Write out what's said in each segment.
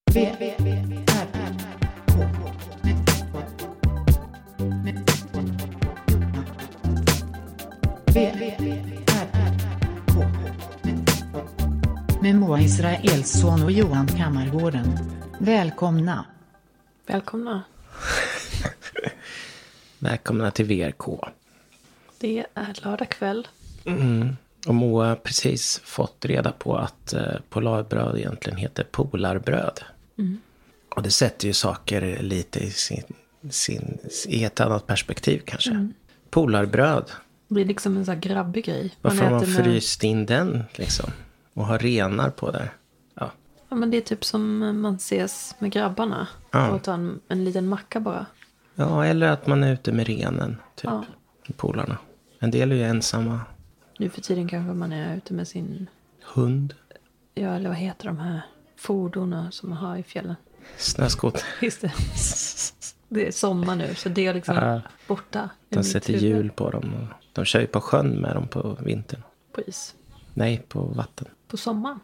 Med Moa Israelsson och Johan Kammargården. Välkomna. Välkomna. Välkomna till VRK. Det är lördag kväll. Och Moa har precis fått reda på att polarbröd egentligen heter polarbröd. Och det sätter ju saker lite i ett annat perspektiv kanske. Polarbröd. Det blir liksom en sån här grabbig grej. Varför har man fryst in den liksom? Och har renar på där. Ja, men det är typ som man ses med grabbarna. Ja. Och ta en liten macka bara. Ja, eller att man är ute med renen. Typ. Ja. Polarna. En del är ju ensamma. Nu för tiden kanske man är ute med sin hund. Ja, eller vad heter de här fordonen som man har i fjällen? Snöskoter. Just det. Det är sommar nu, så det är liksom borta. De sätter hjul på dem. Och de kör ju på sjön med dem på vintern. På is? Nej, på vatten. På sommaren?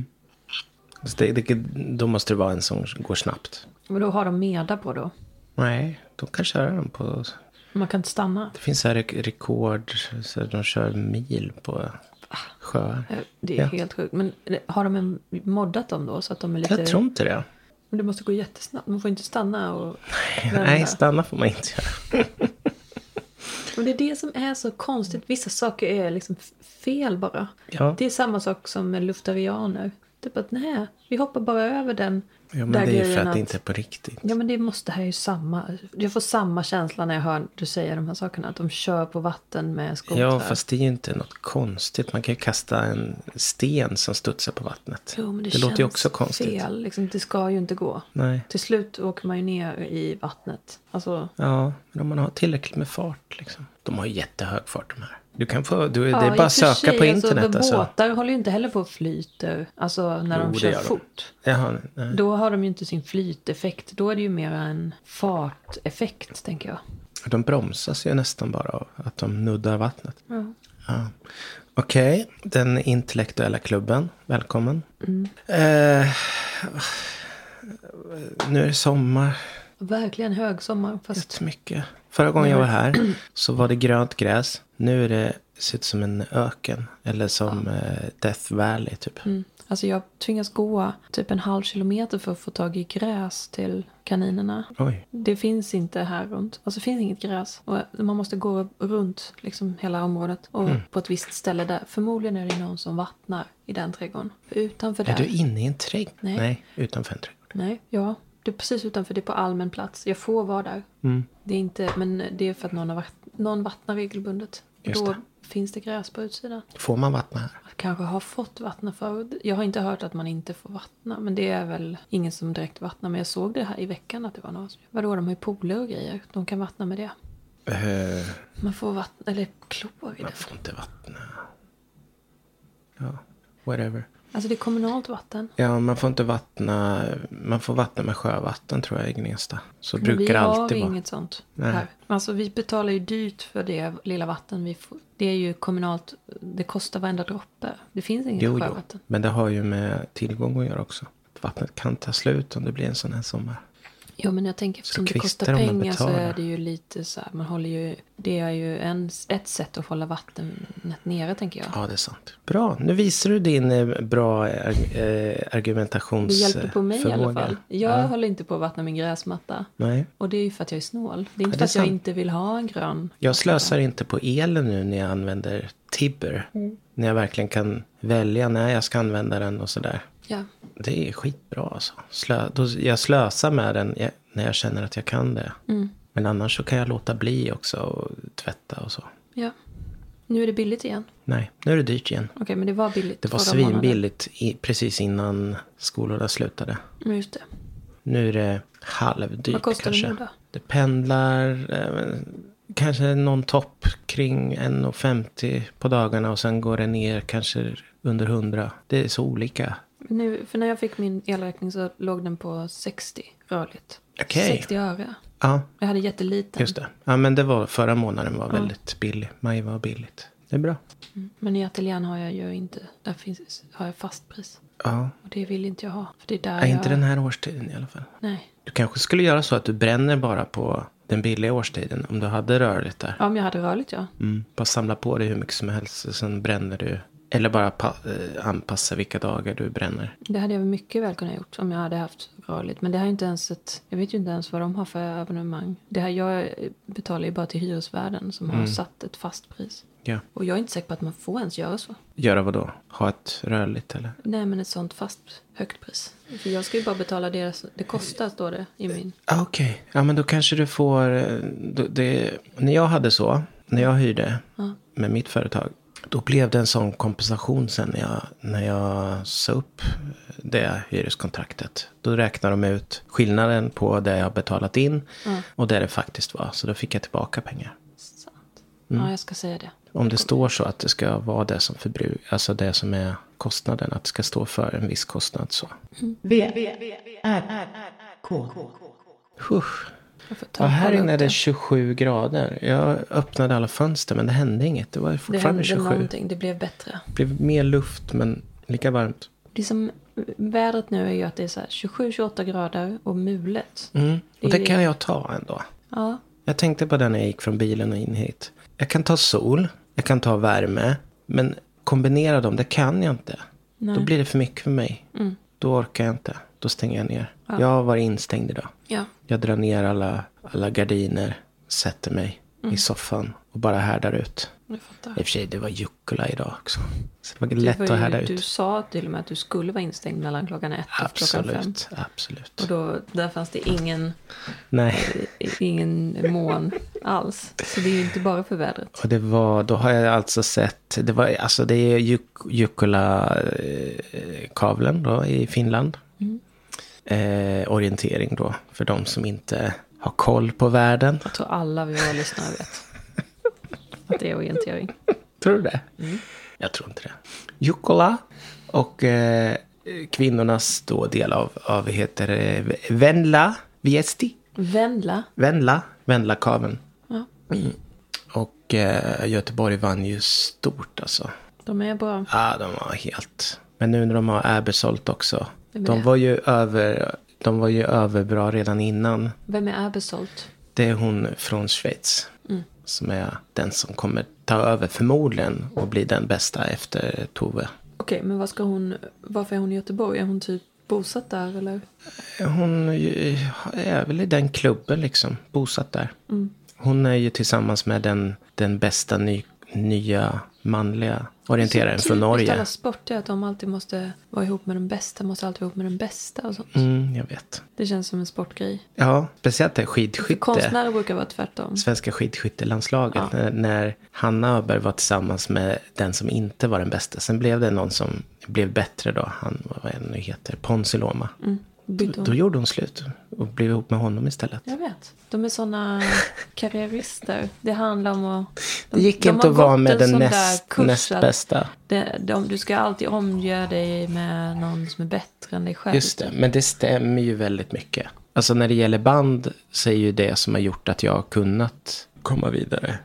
Så då måste det vara en som går snabbt. Men då har de medar på då? Nej, de kan köra dem på... Man kan inte stanna? Det finns här rekord, så de kör mil på sjöar. Det är helt sjukt. Men har de moddat dem då så att de är lite... Jag tror inte det. Men det måste gå jättesnabbt. Man får inte stanna och... Nej, stanna får man inte göra. Och det är det som är så konstigt. Vissa saker är liksom fel bara. Ja. Det är samma sak som med luftarianer. Typ att nej, vi hoppar bara över den. Ja, men det är ju för att det inte är på riktigt. Ja, men det måste här ju samma. Jag får samma känsla när jag hör du säga de här sakerna. Att de kör på vatten med skotrar. Ja, fast det är ju inte något konstigt. Man kan ju kasta en sten som studsar på vattnet. Jo, men det låter ju också konstigt. Fel. Liksom, det ska ju inte gå. Nej. Till slut åker man ju ner i vattnet. Alltså... Ja, men om man har tillräckligt med fart liksom. De har ju jättehög fart de här. Du kan få, det är bara att söka på internet. Alltså, båtar håller ju inte heller på att flyta. Alltså när de kör fort. Jaha, då har de ju inte sin flyteffekt. Då är det ju mer en farteffekt, tänker jag. De bromsas ju nästan bara av att de nuddar vattnet. Ja. Okej, den intellektuella klubben. Välkommen. Nu är det sommar. Verkligen högsommar. Jättemycket. Förra gången jag var här så var det grönt gräs. Nu är det ser ut som en öken. Eller som Death Valley typ. Alltså jag tvingas gå typ 0,5 kilometer för att få tag i gräs till kaninerna. Oj. Det finns inte här runt. Alltså det finns inget gräs. Och man måste gå runt liksom hela området. Och på ett visst ställe där. Förmodligen är det någon som vattnar i den trädgården. För utanför där. Är du inne i en trädgård? Nej, utanför en trädgård. Nej, ja. Det är precis utanför, det är på allmän plats. Jag får vara där. Det är inte, men det är för att någon vattnar regelbundet. Då finns det gräs på utsidan. Får man vattna här? Jag kanske har fått vattna förut. Jag har inte hört att man inte får vattna. Men det är väl ingen som direkt vattnar. Men jag såg det här i veckan att det var någon som... Vadå, de har ju pooler och grejer. De kan vattna med det. Man får vattna, eller klor i det. Man får inte vattna. Ja, whatever. Alltså det är kommunalt vatten. Ja, man får inte vattna. Man får vattna med sjövatten tror jag i Gnesta. Så men brukar det alltid vara. Vi har inget sånt här. Alltså vi betalar ju dyrt för det lilla vatten vi får. Det är ju kommunalt. Det kostar varenda droppe. Det finns inget sjövatten. Jo, men det har ju med tillgång att göra också. Vattnet kan ta slut om det blir en sån här sommar. Jo, men jag tänker eftersom det kostar pengar så är det ju lite så här, man håller ju, det är ju ett sätt att hålla vattnet nere, tänker jag. Ja, det är sant. Bra, nu visar du din bra argumentationsförmåga. Det hjälper på mig i alla fall. Jag håller inte på att vattna min gräsmatta. Nej. Och det är ju för att jag är snål. Det är inte för att jag inte vill ha en grön. Jag slösar inte på elen nu när jag använder Tibber. När jag verkligen kan välja när jag ska använda den och sådär. Ja. Det är skitbra alltså. Jag slösar med den när jag känner att jag kan det. Men annars så kan jag låta bli också och tvätta och så. Ja. Nu är det billigt igen. Nej, nu är det dyrt igen. Okej, men det var billigt. Det var svinbilligt precis innan skolorna slutade. Just det. Nu är det halvdyrt. Vad kostar kanske. det nu då? Det pendlar kanske någon topp kring 1,50 på dagarna och sen går det ner kanske under 100. Det är så olika. Nu, för när jag fick min elräkning så låg den på 60 rörligt. Okej. 60 öre. Ja. Jag hade jätteliten. Just det. Ja, men det var förra månaden var väldigt billig. Maj var billigt. Det är bra. Men i ateljén har jag ju inte. Där har jag fast pris. Ja. Och det vill inte jag ha. För det är där Är inte den här årstiden i alla fall. Nej. Du kanske skulle göra så att du bränner bara på den billiga årstiden. Om du hade rörligt där. Ja, om jag hade rörligt, ja. Bara samla på dig hur mycket som helst. Och sen bränner du. Eller bara anpassa vilka dagar du bränner. Det hade jag mycket väl kunnat gjort om jag hade haft rörligt. Men det här är inte ens jag vet ju inte ens vad de har för abonnemang. Det här jag betalar ju bara till hyresvärden som har satt ett fast pris. Ja. Och jag är inte säker på att man får ens göra så. Göra vad då? Ha ett rörligt eller? Nej, men ett sånt fast högt pris. För jag ska ju bara betala det kostar, står det i min. Okej. Ja, men då kanske du får... När jag hade så, när jag hyrde med mitt företag, då blev det en sån kompensation sen när jag sa upp det hyreskontraktet. Då räknar de ut skillnaden på det jag betalat in och det faktiskt var. Så då fick jag tillbaka pengar. Sant. Ja, jag ska säga det. Om det står så att det ska vara det som alltså det som är kostnaden, att det ska stå för en viss kostnad så. V-R-K. Ja, här inne är det 27 grader. Jag öppnade alla fönster men det hände inget. Det var fortfarande 27. Någonting. Det blev bättre. Det blev mer luft men lika varmt. Det som vädret nu är ju att det är så här 27-28 grader och mulet. Och det kan jag ta ändå. Ja. Jag tänkte på det när jag gick från bilen och in hit. Jag kan ta sol, jag kan ta värme. Men kombinera dem, det kan jag inte. Nej. Då blir det för mycket för mig. Då orkar jag inte. Då stänger jag ner. Ja. Jag har varit instängd idag. Ja. Jag drar ner alla gardiner. Sätter mig i soffan. Och bara härdar ut. Jag fattar. I och för sig, det var Jukkola idag också. Så det var lätt att härda ut. Du sa till och med att du skulle vara instängd mellan klockan 1 och klockan 5. Absolut. Och där fanns det ingen mån alls. Så det är ju inte bara för vädret. Och då har jag alltså sett, det är Jukkola-kavlen då i Finland. Orientering då för de som inte har koll på världen. Jag tror alla våra lyssnare vet att det är orientering. Tror du det? Jag tror inte det. Jukkola och kvinnornas då del av heter Venla Viesti. Venla-kaveln. Ja. Och Göteborg vann ju stort alltså. De är bra. Ja, de var helt... Men nu när de har Ebersolt också. De var ju överbra redan innan. Vem är Ebersolt? Det är hon från Schweiz. Som är den som kommer ta över förmodligen och bli den bästa efter Tove. Okej, men varför är hon i Göteborg? Är hon typ bosatt där eller? Hon är väl i den klubben liksom, bosatt där. Hon är ju tillsammans med den bästa nya manliga orienteraren från Norge. Alla sporter att de alltid måste vara ihop med den bästa, måste alltid vara ihop med den bästa och sånt. Jag vet. Det känns som en sportgrej. Ja, speciellt det skidskytte. För konstnärer brukar vara tvärtom. Svenska skidskyttelandslaget. Ja. När Hanna Öberg var tillsammans med den som inte var den bästa. Sen blev det någon som blev bättre då. Han, vad nu heter, Ponsi Loma. Då gjorde hon slut och blev ihop med honom istället. Jag vet. De är såna karriärister. Det handlar om att... Det gick inte att vara med den näst bästa. Du ska alltid omge dig med någon som är bättre än dig själv. Just det, men det stämmer ju väldigt mycket. Alltså när det gäller band så är ju det som har gjort att jag har kunnat komma vidare.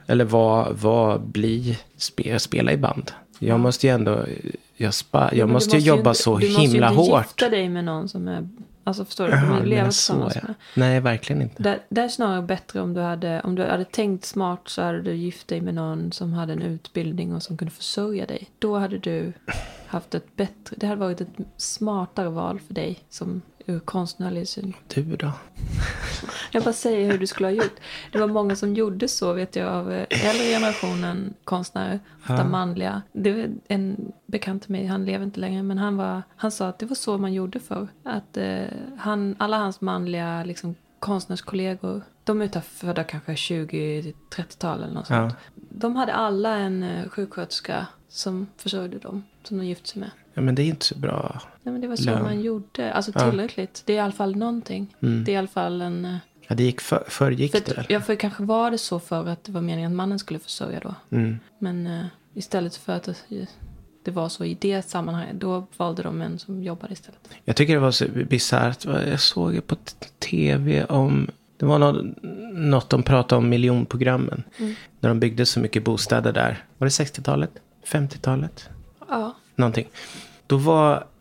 Eller spela i band. Jag måste ju ändå... Jag måste ju jobba så himla hårt. Du måste ju inte gifta dig med någon som är... Alltså förstår du? Du vill leva tillsammans med. Nej, verkligen inte. Det är snarare bättre om du hade tänkt smart, så hade du gift dig med någon som hade en utbildning och som kunde försörja dig. Då hade du haft det hade varit ett smartare val för dig som ur konstnärlig syn. Du då? Jag bara säger hur du skulle ha gjort. Det var många som gjorde så, vet jag, av äldre generationen konstnärer, ofta manliga. Det var en bekant till mig, han lever inte längre, men han sa att det var så man gjorde förr. Att alla hans manliga liksom, konstnärskollegor, de är födda kanske 20-30-tal eller något sånt. De hade alla en sjuksköterska som försörjde dem, som de gifte sig med. Ja, men det är inte så bra. Nej, men det var så man gjorde. Alltså tillräckligt. Det är i alla fall någonting. Det är i alla fall en... Ja, det gick förgick det väl? Ja, för kanske var det så för att det var meningen att mannen skulle försörja då. Men istället för att det var så i det sammanhanget, då valde de en som jobbade istället. Jag tycker det var så bisarrt. Jag såg på tv om... Det var något de pratade om miljonprogrammen. När de byggde så mycket bostäder där. Var det 60-talet? 50-talet? Ja. Någonting. Då var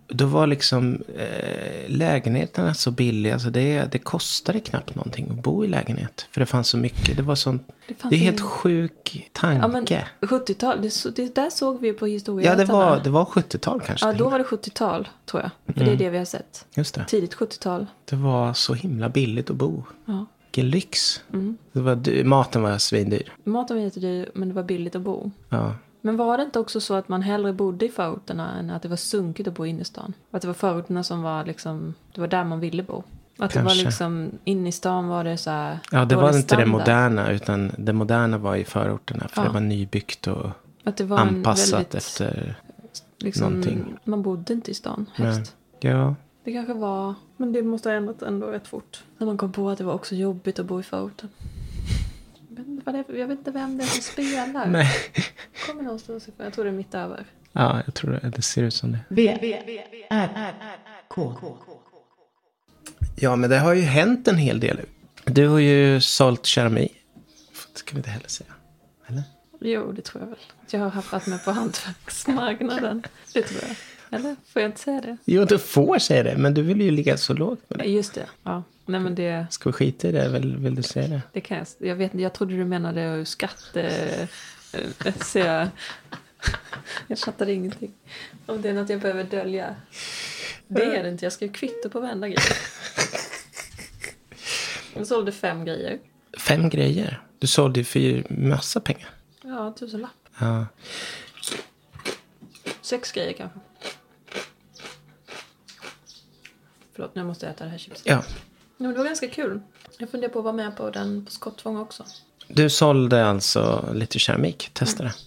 Då var liksom lägenheterna så billiga. Så det kostade knappt någonting att bo i lägenhet. För det fanns så mycket. Det var sånt. Det är helt sjuk tanke. Ja, men 70-tal, det där såg vi på historien. Ja, det var 70-tal kanske. Ja, då var det 70-tal, tror jag. För det är det vi har sett. Just det. Tidigt 70-tal. Det var så himla billigt att bo. Ja. Vilken lyx. Maten var svindyr. Maten var jättedyr, men det var billigt att bo. Ja. Men var det inte också så att man hellre bodde i förorterna än att det var sunkigt att bo inne i stan? Att det var förorterna som var liksom, det var där man ville bo. Att Kanske. det var liksom, inne i stan var det så här. Ja, det var inte standard. det moderna, utan det moderna var i förorterna. För det var nybyggt och att det var anpassat väldigt, efter liksom, någonting. Man bodde inte i stan helst. Ja. Det kanske var, men det måste ha ändrat ändå rätt fort. När man kom på att det var också jobbigt att bo i förorten. Jag vet inte vem det är som spelar. Nej. Kommer någonstans ifrån. Jag tror det är mitt över. Ja, jag tror det ser ut som det. V-R-K. Ja, men det har ju hänt en hel del. Du har ju sålt keramik. Det ska vi inte heller säga. Eller? Jo, det tror jag väl. Jag har haft med på hantverksmarknaden. Det tror jag. Eller? Får jag inte säga det? Jo, du får säga det. Men du vill ju ligga så lågt med det. Just det. Ja. Nej, men det... Ska vi skita i det? Vill du säga det? Det kan jag vet inte. Jag trodde du menade så jag fattade ingenting. Om det är något jag behöver dölja. Det är det inte. Jag ska ju kvitta på varenda grej. Jag sålde 5 grejer. 5 grejer? Du sålde ju för massa pengar. Ja, 1000 lapp. Ja. 6 grejer kanske. Förlåt, nu måste jag äta det här chipset. Ja. Men det var ganska kul. Jag funderar på att vara med på den på Skottfång också. Du sålde alltså lite keramik. Testa det.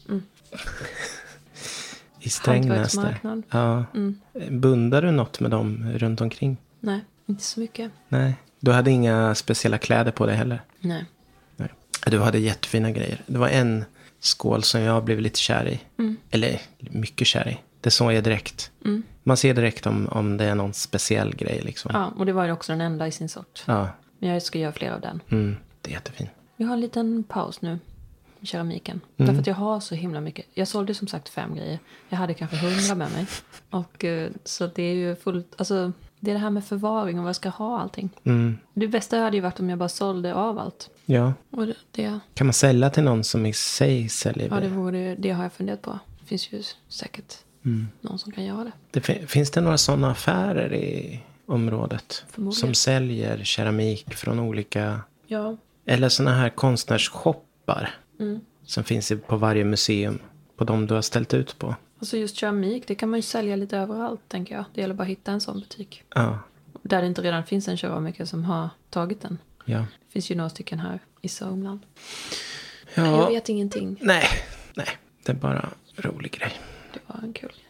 I Strängnäs där. Ja. Bundar du något med dem runt omkring? Nej, inte så mycket. Nej. Du hade inga speciella kläder på dig heller? Nej. Du hade jättefina grejer. Det var en skål som jag blev lite kär i. Eller mycket kär i. Det såg jag direkt. Man ser direkt om det är någon speciell grej liksom. Ja, och det var ju också den enda i sin sort. Ja. Men jag ska göra fler av den. Det är jättefint. Jag har en liten paus nu i keramiken. Därför att jag har så himla mycket. Jag sålde som sagt 5 grejer. Jag hade kanske 100 med mig. Och så det är ju fullt... Alltså, det är det här med förvaring och vad jag ska ha allting. Det bästa hade ju varit om jag bara sålde av allt. Ja. Och det Kan man sälja till någon som i sig säljer? Ja, det har jag funderat på. Det finns ju säkert någon som kan göra det. Finns det några sådana affärer i området? Som säljer keramik från olika... Ja. Eller sådana här konstnärsshoppar. Som finns på varje museum. På de du har ställt ut på. Alltså just keramik, det kan man ju sälja lite överallt, tänker jag. Det gäller bara att hitta en sån butik. Ja. Där det inte redan finns en keramiker som har tagit den. Ja. Det finns ju några stycken här i Sörmland. Ja. Jag vet ingenting. Nej. Det är bara en rolig grej. Det var en kul.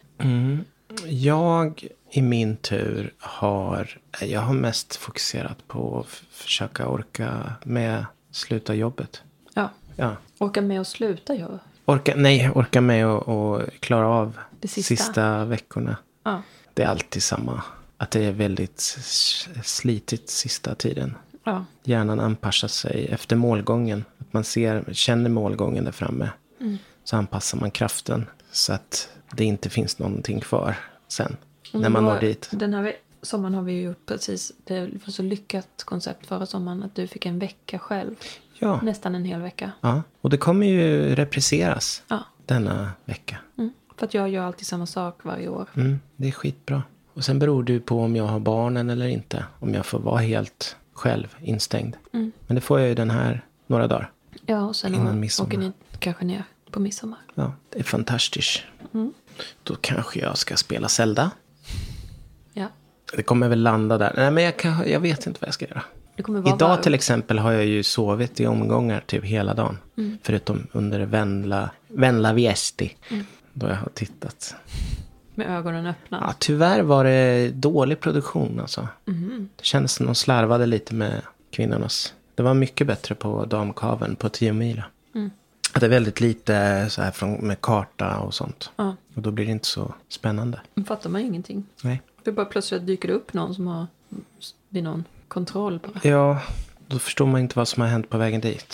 Jag i min tur har mest fokuserat på att försöka orka med sluta jobbet. Ja. Orka med att sluta göra. Orka med och klara av det sista veckorna. Ja. Det är alltid samma. Att det är väldigt slitigt sista tiden. Ja. Hjärnan anpassar sig efter målgången. Att man känner målgången där framme. Så anpassar man kraften. Så att det inte finns någonting kvar sen. När man når dit. Den här sommaren har vi ju gjort precis. Det var så lyckat koncept förra sommaren. Att du fick en vecka själv. Ja. Nästan en hel vecka. Ja. Och det kommer ju repriseras. Denna vecka. För att jag gör alltid samma sak varje år. Det är skitbra. Och sen beror det ju på om jag har barnen eller inte. Om jag får vara helt själv instängd. Men det får jag ju den här några dagar. Ja, och sen åker ni kanske ner på midsommar. Ja, det är fantastiskt. Då kanske jag ska spela Zelda. Ja. Det kommer väl landa där. Nej, men jag vet inte vad jag ska göra. Det kommer vara idag till exempel har jag ju sovit i omgångar typ hela dagen. Förutom under Venla Viesti. Då jag har tittat. Med ögonen öppna. Ja, tyvärr var det dålig produktion alltså. Det kändes som de slarvade lite med kvinnornas. Det var mycket bättre på damkaven på 10 mila. Det är väldigt lite så här med karta och sånt. Ja. Och då blir det inte så spännande. Då fattar man ingenting. Nej. Det bara plötsligt dyker det upp någon som har vid någon kontroll bara. Ja, då förstår man inte vad som har hänt på vägen dit. Nej.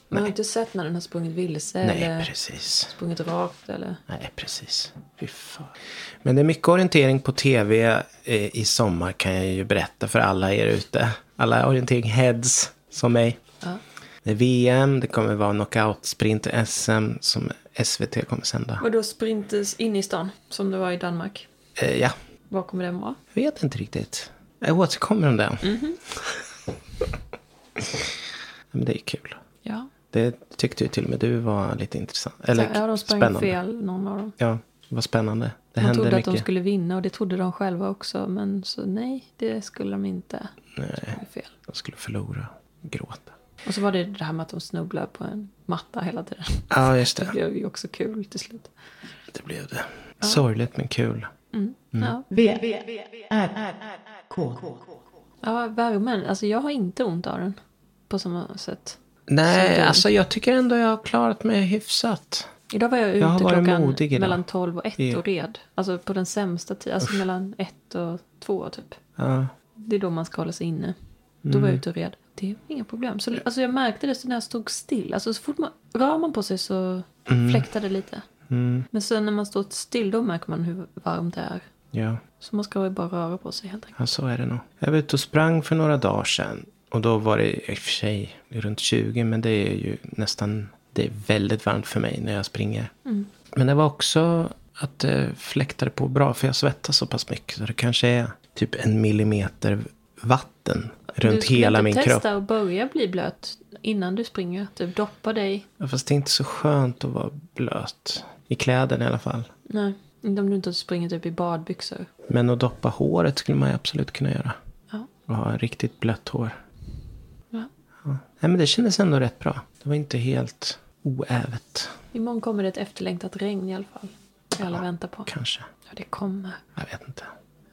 Man har inte sett när den har sprungit vilse. Nej, eller precis. sprungit rakt. Eller... Nej, precis. Fy fan. Men det är mycket orientering på tv i sommar, kan jag ju berätta för alla er ute. Alla orientering-heads som mig. Ja. Det är VM, det kommer vara knockout-sprint SM som SVT kommer sända. Och då sprintes in i stan, som det var i Danmark. Ja, Vad kommer den vara? jag vet inte riktigt. Jag återkommer om den. Men det är kul. Ja. Det tyckte ju till och med du var lite intressant. Eller Ja, de sprang spännande. fel, någon av dem. Ja, det var spännande. Det De hände trodde mycket. att de skulle vinna och det trodde de själva också. Men så nej, det skulle de inte. Nej, Det fel. de skulle förlora. Gråta. Och så var det här med att de snubblade på en matta hela tiden. Ja, just Det det. blev ju också kul till slut. Det blev det. Sorgligt men kul. Ja. V, R, K. Ja, värmen. Alltså jag har inte ont av den. På samma sätt. Nej, Så det- alltså jag tycker ändå jag har klarat mig hyfsat. Idag var jag Jag har ute varit klockan modig idag. mellan 12 och 1 Ja. och red. Alltså på den sämsta tiden. Alltså mellan 1 och 2 typ. Ja, Det är då man ska hålla sig inne. Då var jag ute och red. Det är inga problem. Så, alltså jag märkte det när jag stod still. Alltså så fort man rör man på sig så fläktade det lite. Men sen när man står still då märker man hur varmt det är. ja. Så man ska ju bara röra på sig helt enkelt. Ja, så är det nog. Jag var ute och sprang för några dagar sedan. Och då var det i och för sig runt 20. Men det är ju nästan... Det är väldigt varmt för mig när jag springer. Men det var också att det fläktade på bra. För jag svettas så pass mycket. Så det kanske är typ 1 millimeter vatten runt hela min Du skulle kropp. inte testa att börja bli blöt innan du springer. Typ doppa dig. Ja, fast det är inte så skönt att vara blöt. I kläderna i alla fall. Nej, inte om du inte springer typ i badbyxor. Men att doppa håret skulle man ju absolut kunna göra. Ja. Och ha riktigt blött hår. Ja. Ja. Nej, men det kändes ändå rätt bra. Det var inte helt oävet. Imorgon kommer det ett efterlängtat regn i alla fall. Det alla väntar på. Kanske. Ja, det kommer. Jag vet inte.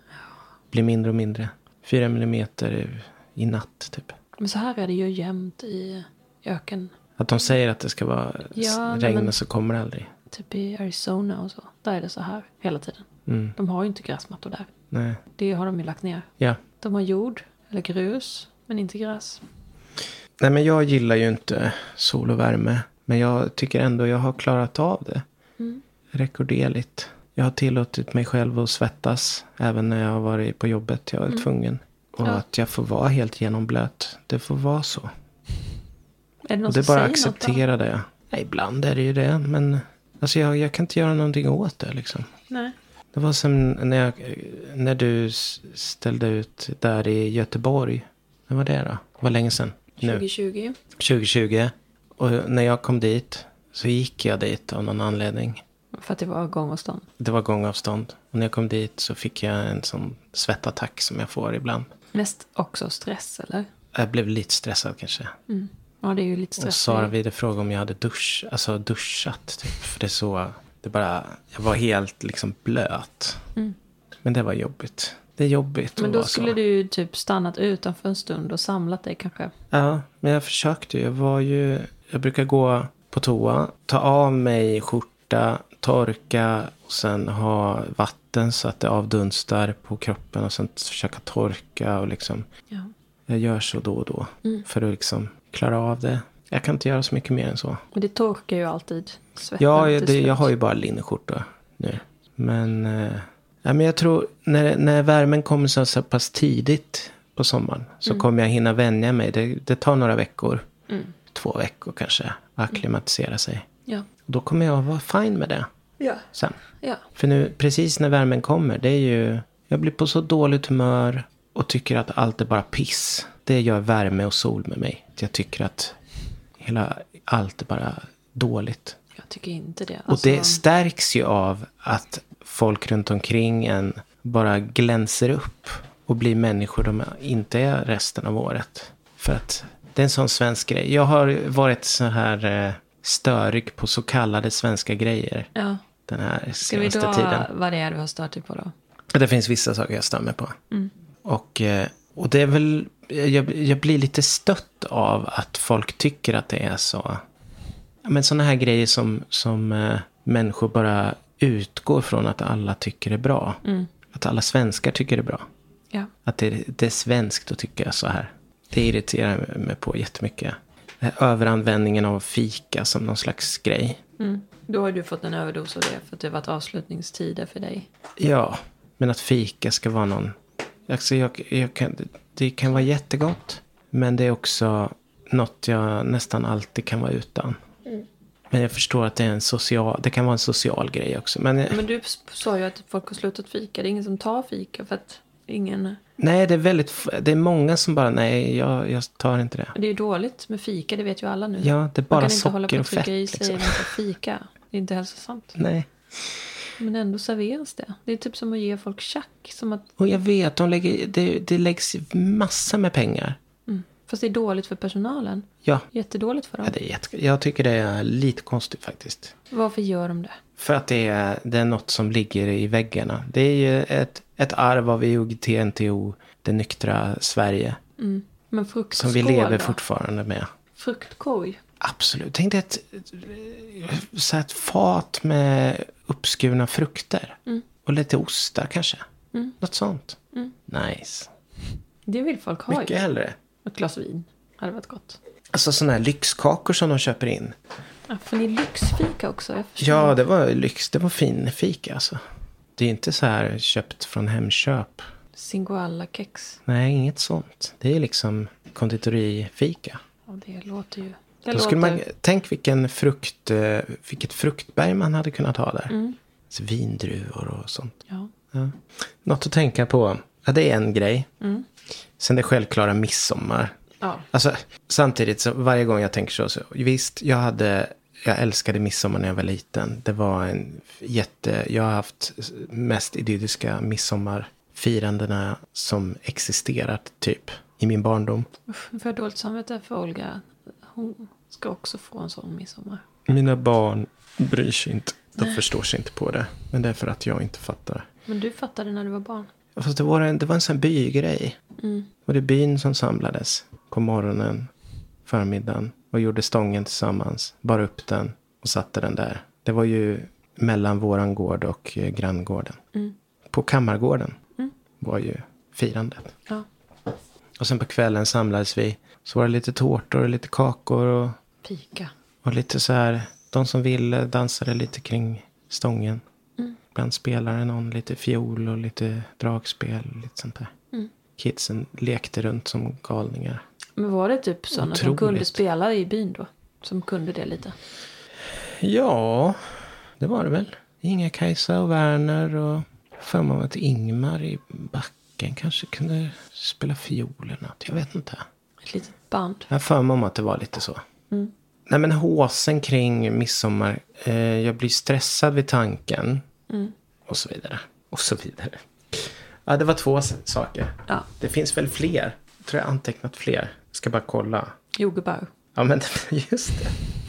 Blir mindre och mindre. 4 millimeter i natt typ. Men så här är det ju jämt i öken. Att de säger att det ska vara Ja, regn men- och så kommer det aldrig. Typ i Arizona och så. Där är det så här hela tiden. Mm. De har ju inte gräsmattor där. Nej. Det har de ju lagt ner. Ja. De har jord eller grus. Men inte gräs. Nej, men jag gillar ju inte sol och värme. Men jag tycker ändå jag har klarat av det. Rekorderligt. Jag har tillåtit mig själv att svettas. Även när jag har varit på jobbet. Jag var tvungen. Och Ja. att jag får vara helt genomblöt. Det får vara så. Är det någon Och det är som bara säger något då? acceptera det. Ja, ibland är det ju det. Men alltså jag kan inte göra någonting åt det liksom. Nej. Det var som när du ställde ut där i Göteborg. Vad var det då? Det var länge sedan. Nu. 2020. 2020. Och när jag kom dit så gick jag dit av någon anledning. För att det var gångavstånd. Det var gångavstånd. Och när jag kom dit så fick jag en sån svettattack som jag får ibland. Mest också stress, eller? Jag blev lite stressad kanske. Ja, det är ju lite Och stress. Sara Wide frågade om jag hade duschat. Typ. För det är så, jag var helt liksom blöt. Men det var jobbigt. Det är jobbigt Men att då vara skulle så. du ju typ stannat utanför en stund och samlat dig kanske. Ja, men jag försökte ju. Jag brukar gå på toa, ta av mig skjorta, torka och sen ha vatten så att det avdunstar på kroppen och sen försöka torka och liksom. Ja. Jag gör så då och då för att liksom klara av det. Jag kan inte göra så mycket mer än så. Men det torkar ju alltid svetten Ja, till slut. jag har ju bara linneskjorta nu. Men, men jag tror när värmen kommer så pass tidigt på sommaren så kommer jag hinna vänja mig. Det tar några veckor. 2 veckor kanske. Akklimatisera sig. Ja. Och då kommer jag vara fine med det Ja. sen. Ja. För nu, precis när värmen kommer, det är ju... Jag blir på så dåligt humör och tycker att allt är bara piss. Det gör värme och sol med mig. Jag tycker att allt är bara dåligt. Jag tycker inte det. Och det stärks ju av att folk runt omkring en bara glänser upp och blir människor de inte är resten av året. För att det är en sån svensk grej. Jag har varit så här störig på så kallade svenska grejer Ja. den här Ska vi senaste dra tiden. vad det är du har stört dig på då? Det finns vissa saker jag stör mig på. Och det är väl... Jag blir lite stött av att folk tycker att det är så... Men såna här grejer som människor bara utgår från att alla tycker är bra. Att alla svenskar tycker är bra. Ja. Att det är svenskt att tycka så här. Det irriterar mig på jättemycket. överanvändningen av fika som någon slags grej. Då har du fått en överdos av det för att det har varit avslutningstider för dig. Ja, men att fika ska vara någon... Alltså det kan vara jättegott. Men det är också något jag nästan alltid kan vara utan. Men jag förstår att det kan vara en social grej också. Men du sa ju att folk har slutat fika. Det är ingen som tar fika för att ingen... Nej, det är många som bara, nej, jag tar inte det. Det är ju dåligt med fika, det vet ju alla nu. Ja, det är bara socker och fett. Man kan inte hålla på att trycka i sig fika. Det är inte hälsosamt. Nej. Men ändå serveras det. Det är typ som att ge folk tjack. Som att... Och jag vet, det läggs massa med pengar. Fast det är dåligt för personalen. Ja. Jättedåligt för dem. Ja, jag tycker det är lite konstigt faktiskt. Varför gör de det? För att det är något som ligger i väggarna. Det är ju ett arv av IOGT-NTO, det nyktra Sverige. Men fruktskål som vi lever fortfarande med. Fruktkorg? Absolut. Tänk dig ett fat med uppskurna frukter. Och lite ostar kanske. Något sånt. Nice. Det vill folk ha. Mycket hellre. Ett glas vin hade varit gott. Alltså sådana här lyxkakor som de köper in. Ja, får ni lyxfika också? Ja, det var lyx. Det var fin fika alltså. Det är inte så här köpt från Hemköp. Singoalla-kex. Nej, inget sånt. Det är liksom konditorifika. Ja, det låter ju... Tänk vilket fruktberg man hade kunnat ha där. Så vindruvor och sånt. Ja. Något att tänka på. Ja, det är en grej. Sen det självklara midsommar. Ja. Alltså, samtidigt så varje gång jag tänker så visst, jag älskade midsommar när jag var liten. Det var jag har haft mest idylliska midsommarfirandena som existerat typ i min barndom. För jag dåligt samvete för Olga. Hon ska också få en sån midsommar. Mina barn bryr sig inte. De förstår sig inte på det. Men det är för att jag inte fattar. Men du fattade när du var barn? Fast det var en sån bygrej. Och det är byn som samlades på morgonen, förmiddagen. Och gjorde stången tillsammans. Bar upp den och satte den där. Det var ju mellan våran gård och granngården. På kammargården var ju firandet. Ja. Och sen på kvällen samlades vi. Så var det lite tårtor och lite kakor. Och fika. Och lite så här, de som ville dansade lite kring stången. Ibland spelade någon lite fiol och lite dragspel och lite sånt där. Kidsen lekte runt som galningar. Men var det typ sådana som kunde spela i byn då? Som kunde det lite? Ja, det var det väl. Inga-Kajsa och Werner och för mig att Ingmar i backen kanske kunde spela fiol eller något. Jag vet inte. Ett litet band. Jag för mig att det var lite så. Nej, men håsen kring midsommar. Jag blir stressad vid tanken. Och så vidare. Och så vidare. Ja, det var 2 saker. Ja. Det finns väl fler. Jag tror jag antecknat fler. Jag ska bara kolla. Jordgubbar. Ja, men just det.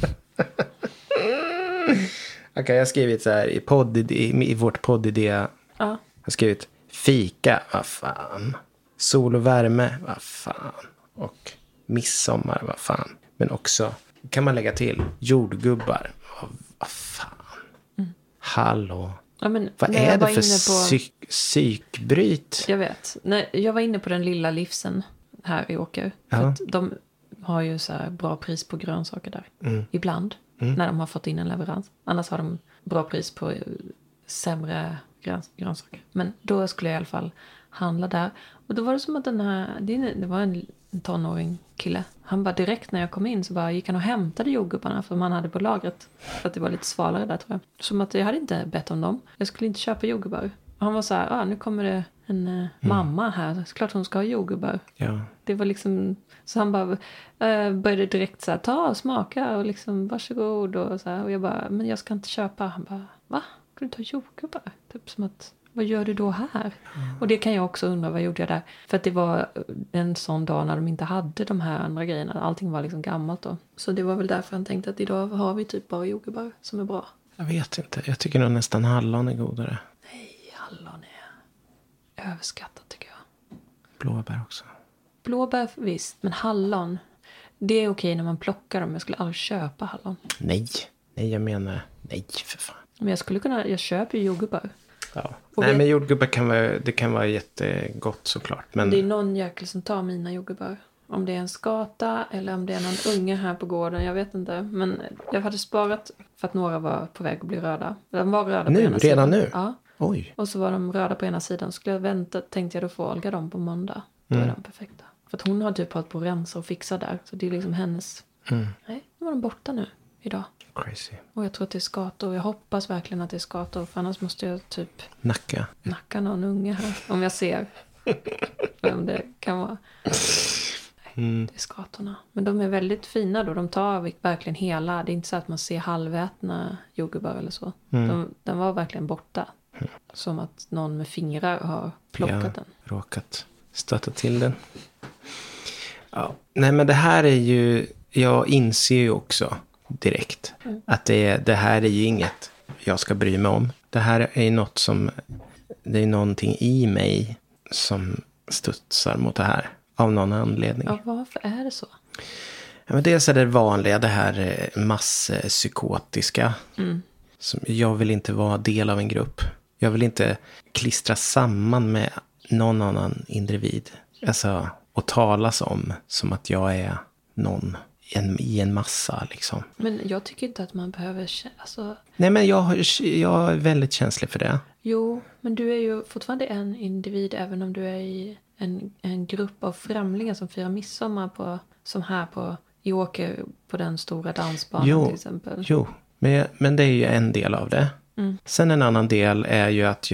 Okej, jag har skrivit så här i vårt poddidé. Ja. Jag har skrivit fika, vad fan. Sol och värme, vad fan. Och midsommar, vad fan. Men också, kan man lägga till, jordgubbar. Vad fan. Hallå. Ja, men vad är det för psykbryt? Jag vet. Jag var inne på den lilla livsen här i Åker. För att de har ju så här bra pris på grönsaker där. Ibland. När de har fått in en leverans. Annars har de bra pris på sämre grönsaker. Men då skulle jag i alla fall handla där. Och då var det som att det var en tonåring kille. Han bara direkt när jag kom in så bara gick han och hämtade jordgubbarna för man hade på lagret. För att det var lite svalare där, tror jag. Som att jag hade inte bett om dem. Jag skulle inte köpa jordgubbar. Och han var så här, nu kommer det en mamma här. Så klart hon ska ha jordgubbar. Ja. Det var liksom, så han bara började direkt så här, ta och smaka och liksom varsågod och så här. Och jag bara, men jag ska inte köpa. Han bara, va? Ska du ta jordgubbar? Typ som att, vad gör du då här? Och det kan jag också undra, vad gjorde jag där? För att det var en sån dag när de inte hade de här andra grejerna. Allting var liksom gammalt då. Så det var väl därför han tänkte att idag har vi typ bara jordgubbar som är bra. Jag vet inte. Jag tycker nog nästan hallon är godare. Nej, hallon är överskattat tycker jag. Blåbär också. Blåbär visst, men hallon. Det är okej när man plockar dem. Jag skulle aldrig köpa hallon. Nej, jag menar nej för fan. Men jag köper ju jordgubbar. Ja. Nej, men jordgubbar kan vara jättegott såklart. Men... Det är någon jäkel som tar mina jordgubbar. Om det är en skata eller om det är någon unge här på gården. Jag vet inte. Men jag hade sparat för att några var på väg att bli röda. De var röda på ena sidan. Redan nu? Ja. Oj. Och så var de röda på ena sidan. Så skulle jag vänta, tänkte jag då få Olga dem på måndag. Då är de perfekta. För att hon har typ hållit på att rensa och fixa där. Så det är liksom hennes. Nej, nu var de borta nu idag. Crazy. Och jag tror att det är skator. Jag hoppas verkligen att det är skator. För annars måste jag typ nacka någon unge här. Om jag ser vem det kan vara. Nej, det är skatorna. Men de är väldigt fina då. De tar verkligen hela. Det är inte så att man ser halvätna jordgubbar eller så. Den var verkligen borta. Som att någon med fingrar har plockat den. Råkat stöta till den. Ja. Nej, men det här är ju... Jag inser ju också direkt att det här är ju inget jag ska bry mig om. Det här är något som... Det är någonting i mig som studsar mot det här. Av någon anledning. Ja, varför är det så? Ja, men dels är det vanliga, det här masspsykotiska. Som jag vill inte vara del av en grupp. Jag vill inte klistra samman med någon annan individ. Alltså, och talas om som att jag är någon i en massa liksom. Men jag tycker inte att man behöver... Alltså... Nej, men jag är väldigt känslig för det. Jo, men du är ju fortfarande en individ även om du är i en grupp av främlingar som firar midsommar som här i Åker på den stora dansbanan till exempel. Jo, men det är ju en del av det. Sen en annan del är ju att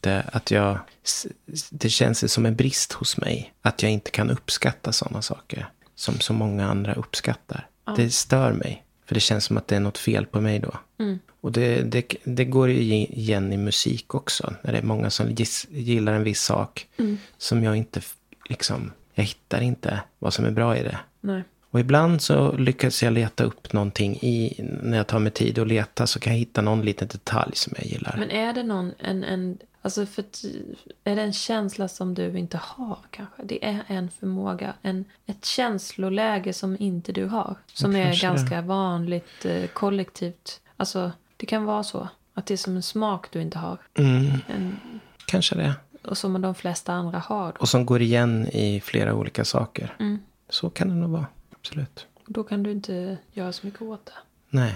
det känns som en brist hos mig att jag inte kan uppskatta sådana saker som så många andra uppskattar. Ja. Det stör mig, för det känns som att det är något fel på mig då. Och det går igen i musik också, när det är många som gillar en viss sak som jag inte liksom, jag hittar inte vad som är bra i det. Nej. Och ibland så lyckas jag leta upp någonting när jag tar mig tid att leta, så kan jag hitta någon liten detalj som jag gillar. Men är det någon, alltså är det en känsla som du inte har kanske? Det är en förmåga, ett känsloläge som inte du har. Som är ganska vanligt kollektivt. Alltså det kan vara så att det är som en smak du inte har. Kanske det. Och som de flesta andra har. Och som går igen i flera olika saker. Så kan det nog vara. Absolut. Då kan du inte göra så mycket åt det. Nej.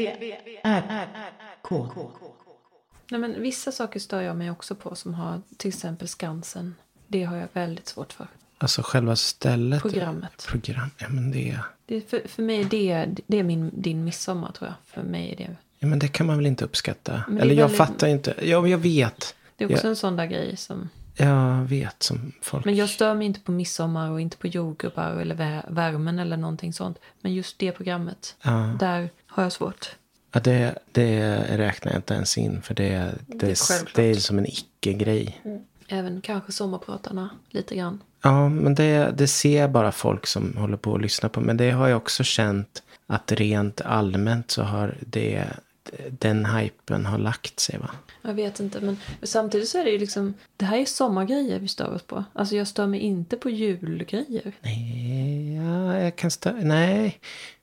V-R-K. Nej, men vissa saker stör jag mig också på som har till exempel Skansen. Det har jag väldigt svårt för. Alltså själva stället? Programmet. Ja, men det för mig det är din midsommar tror jag. För mig är det... Ja, men det kan man väl inte uppskatta? Eller jag fattar inte. Ja, jag vet. Det är också en sån där grej som... Jag vet som folk... Men jag stör mig inte på midsommar och inte på jordgubbar eller värmen eller någonting sånt. Men just det programmet, där har jag svårt. Ja, det räknar jag inte ens in, för det är som en icke-grej. Även kanske sommarpratarna lite grann. Ja, men det ser bara folk som håller på att lyssna på. Men det har jag också känt att rent allmänt så har den hypen har lagt sig, va? Jag vet inte, men samtidigt så är det ju liksom... Det här är sommargrejer vi stör oss på. Alltså jag stör mig inte på julgrejer. Nej, jag kan nej.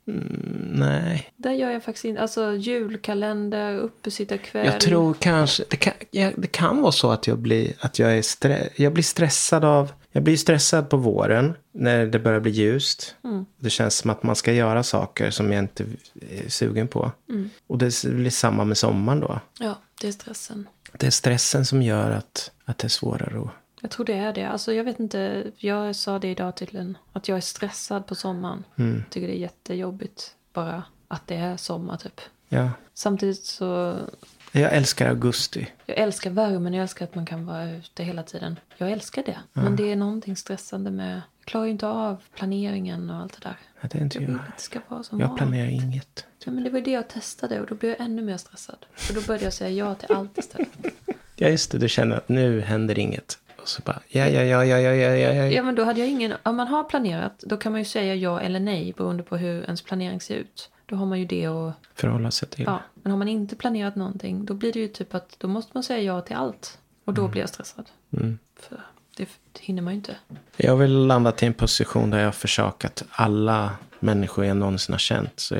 Nej. Där gör jag faktiskt inte... Alltså julkalender, uppesittarkväll. Jag tror kanske... Det kan vara så att jag blir stressad av... Jag blir stressad på våren när det börjar bli ljust. Det känns som att man ska göra saker som jag inte är sugen på. Och det blir samma med sommaren då. Ja, det är stressen. Det är stressen som gör att det är svårare att... Jag tror det är det. Alltså jag vet inte, jag sa det idag till att jag är stressad på sommaren. Tycker det är jättejobbigt bara att det är sommar typ. Ja. Samtidigt så... Jag älskar augusti. Jag älskar värmen, jag älskar att man kan vara ute hela tiden. Jag älskar det. Ja. Men det är någonting stressande med... Jag klarar ju inte av planeringen och allt det där. Ja, det är inte jag. Vill att det ska vara som jag planerar inget. Ja, men det var det jag testade och då blev jag ännu mer stressad. För då började jag säga ja till allt istället. Ja, just det. Du känner att nu händer inget. Och så bara, ja. Ja, men då hade jag ingen... Om man har planerat, då kan man ju säga ja eller nej beroende på hur ens planering ser ut. Då har man ju det att... förhålla sig till. Ja, men har man inte planerat någonting, då blir det ju typ att då måste man säga ja till allt. Och då blir jag stressad. För det hinner man ju inte. Jag vill landa till en position där jag har försakat alla människor jag någonsin har känt. Så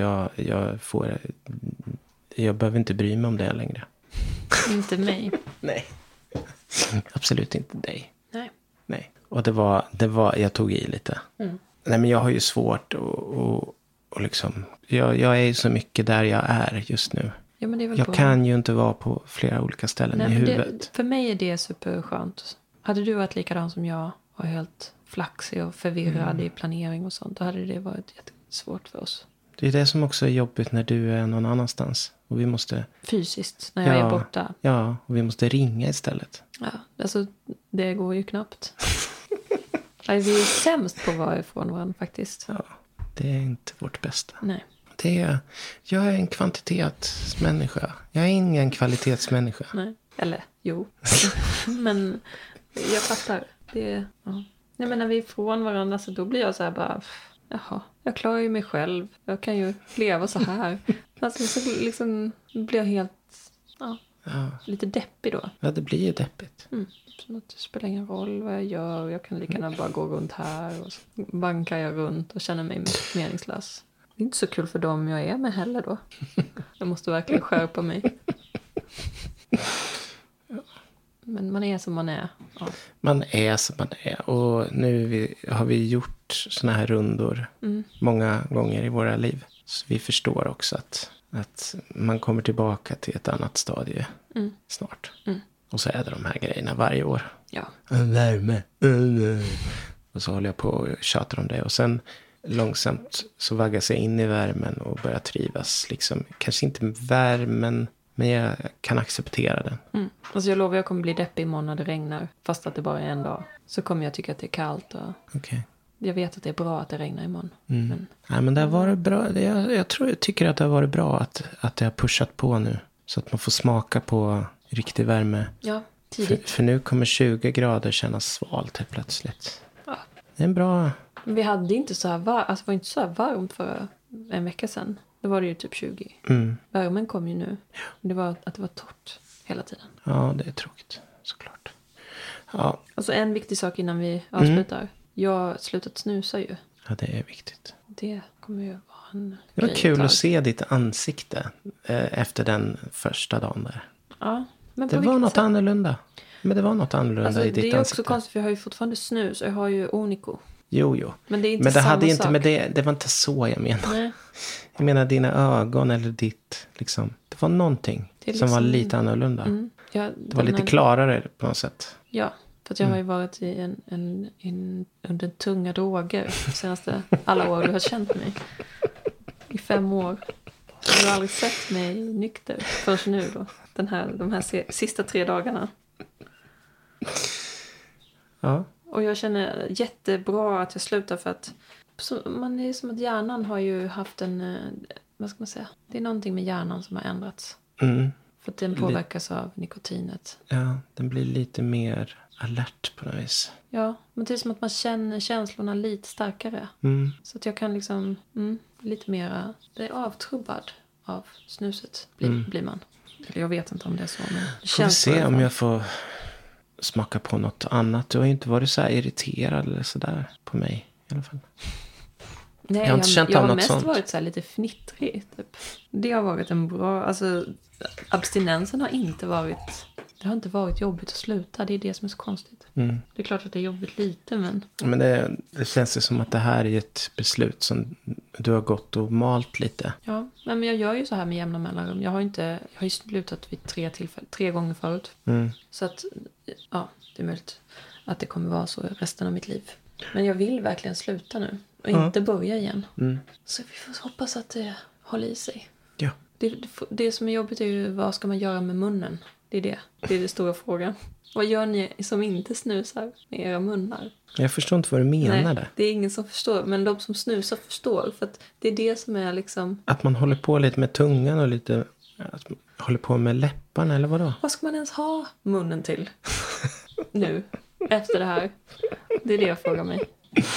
jag behöver inte bry mig om det längre. Inte mig. Nej. Absolut inte dig. Nej. Och det var jag tog i lite. Nej, men jag har ju svårt och liksom... Jag är ju så mycket där jag är just nu. Ja, men det är väl jag bra. kan ju inte vara på flera olika ställen i huvudet. För mig är det superskönt. Hade du varit likadan som jag och helt flaxig och förvirrad i planering och sånt, då hade det varit jättesvårt för oss. Det är det som också är jobbigt när du är någon annanstans. Och vi måste... Fysiskt, när jag är borta. Ja, och vi måste ringa istället. Ja, alltså det går ju knappt. Nej, vi är sämst på att vara ifrån varandra faktiskt. Ja, det är inte vårt bästa. Nej. Jag är en kvantitetsmänniska. Jag är ingen kvalitetsmänniska. Nej, eller jo. Men jag fattar. Nej, men när vi är ifrån varandra så då blir jag så här bara... Jaha, jag klarar ju mig själv. Jag kan ju leva så här. Alltså så liksom blir jag helt... Ja. Lite deppig då. Ja, det blir ju deppigt. Så att det spelar ingen roll vad jag gör. Jag kan lika gärna bara gå runt här. Och så bankar jag runt och känner mig meningslös. Det är inte så kul för dem jag är med heller då. Jag måste verkligen skärpa mig. Men man är som man är. Ja. Man är som man är. Och nu har vi gjort såna här rundor många gånger i våra liv. Så vi förstår också att man kommer tillbaka till ett annat stadie snart. Och så är det de här grejerna varje år. Ja. Värme. Och så håller jag på och tjatar om det. Och sen långsamt så vaggas jag in i värmen och börjar trivas. Liksom, kanske inte med värmen, men jag kan acceptera den. Alltså jag lovar jag kommer bli deppig imorgon när det regnar. Fast att det bara är en dag. Så kommer jag tycka att det är kallt. Och Okay. jag vet att det är bra att det regnar imorgon. Nej, men det har varit bra. Jag tycker att det har varit bra att det har pushat på nu. Så att man får smaka på riktig värme. Ja, tidigt. För nu kommer 20 grader kännas svalt helt plötsligt. Ja. Det är en bra... Men vi hade inte så här varmt. Det var inte så här varmt för en vecka sedan. Då var det ju typ 20. Värmen kom ju nu. Det var att det var torrt hela tiden. Ja, det är tråkigt. Såklart. Ja. Alltså en viktig sak innan vi avslutar. Jag har slutat snusa ju. Ja, det är viktigt. Det kommer ju vara en Det var grej kul ett tag. att se ditt ansikte efter den första dagen där. Ja, men Det var något annorlunda. Men det var något annorlunda alltså, i ditt det är ansikte. också konstigt för jag har ju fortfarande snus och jag har ju Onico. Jo. Men det är inte Men det samma hade inte sak. med det var inte så jag menar. Nej. Jag menar dina ögon eller ditt liksom. Det var någonting som var lite annorlunda. Ja, Det var lite klarare på något sätt. Ja, för att jag har ju varit i under tunga droger senaste alla år du har känt mig. I 5 år. Du har aldrig sett mig nykter förrän nu då. De här sista 3 dagarna. Ja. Och jag känner jättebra att jag slutar för att man är som att hjärnan har ju haft vad ska man säga? Det är någonting med hjärnan som har ändrats. För att den påverkas av nikotinet. Ja, den blir lite mer alert på något vis. Ja, men det är som att man känner känslorna lite starkare. Så att jag kan liksom lite mera... Det är avtrubbad av snuset blir man. Jag vet inte om det är så, men det Får vi känns se om jag får smaka på något annat. Du har ju inte varit så här irriterad eller sådär på mig i alla fall. Nej, jag har inte känt jag av har något mest sånt. varit så här lite fnittrig. Typ. Det har varit en bra... Alltså, abstinensen har inte varit... Det har inte varit jobbigt att sluta. Det är det som är så konstigt. Det är klart att det är jobbigt lite, men... Men det känns ju som att det här är ett beslut som du har gått och malt lite. Ja, men jag gör ju så här med jämna mellanrum. Jag har ju slutat vid 3 gånger förut. Så att, ja, det är möjligt att det kommer vara så resten av mitt liv. Men jag vill verkligen sluta nu. Och inte börja igen. Så vi får hoppas att det håller i sig. Ja. Det som är jobbigt är ju, vad ska man göra med munnen? Det är det stora frågan. Vad gör ni som inte snusar med era munnar? Jag förstår inte vad du menar. Nej, det är ingen som förstår. Men de som snusar förstår. För att det är det som är liksom... Att man håller på lite med tungan och lite... Att man håller på med läpparna eller vadå? Vad ska man ens ha munnen till? Nu, efter det här. Det är det jag frågar mig.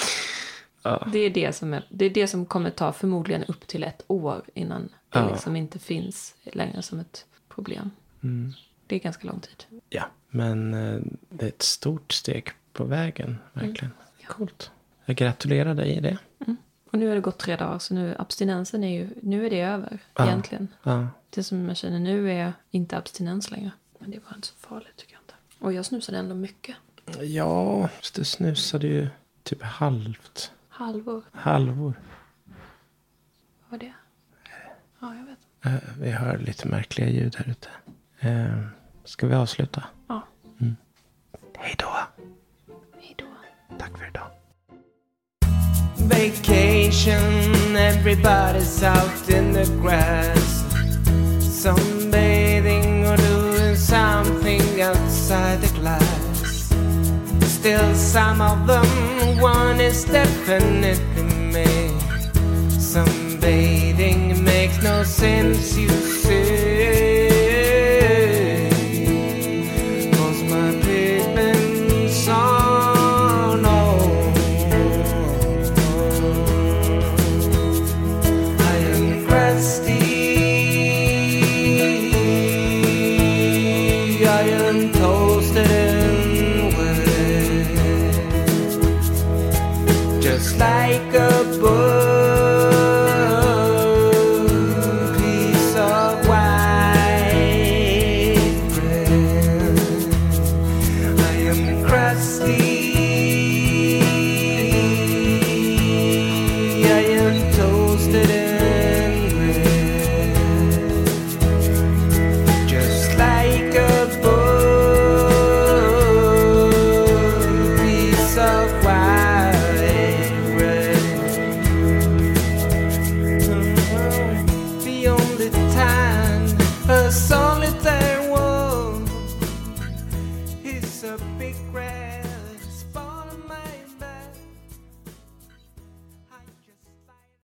Ja. Det är det som kommer ta förmodligen upp till 1 år innan det liksom inte finns längre som ett problem. Det är ganska lång tid. Ja, men det är ett stort steg på vägen, verkligen. Coolt. Jag gratulerar dig i det. Och nu har det gått 3 dagar, så nu abstinensen nu är det över egentligen. Ja. Det som jag känner nu är inte abstinens längre. Men det var inte så farligt tycker jag inte. Och jag snusade ändå mycket. Ja, du snusade ju typ halvt. Halvor. Halvor. Vad var det? Ja, jag vet. Vi hör lite märkliga ljud här ute. Ska vi avsluta? Ja. Hej då. Hej då. Tack för idag. Vacation, everybody's out in the grass, sunbathing or doing something outside the glass. Still some of them, one is definitely me. Sunbathing makes no sense, you say. Like a book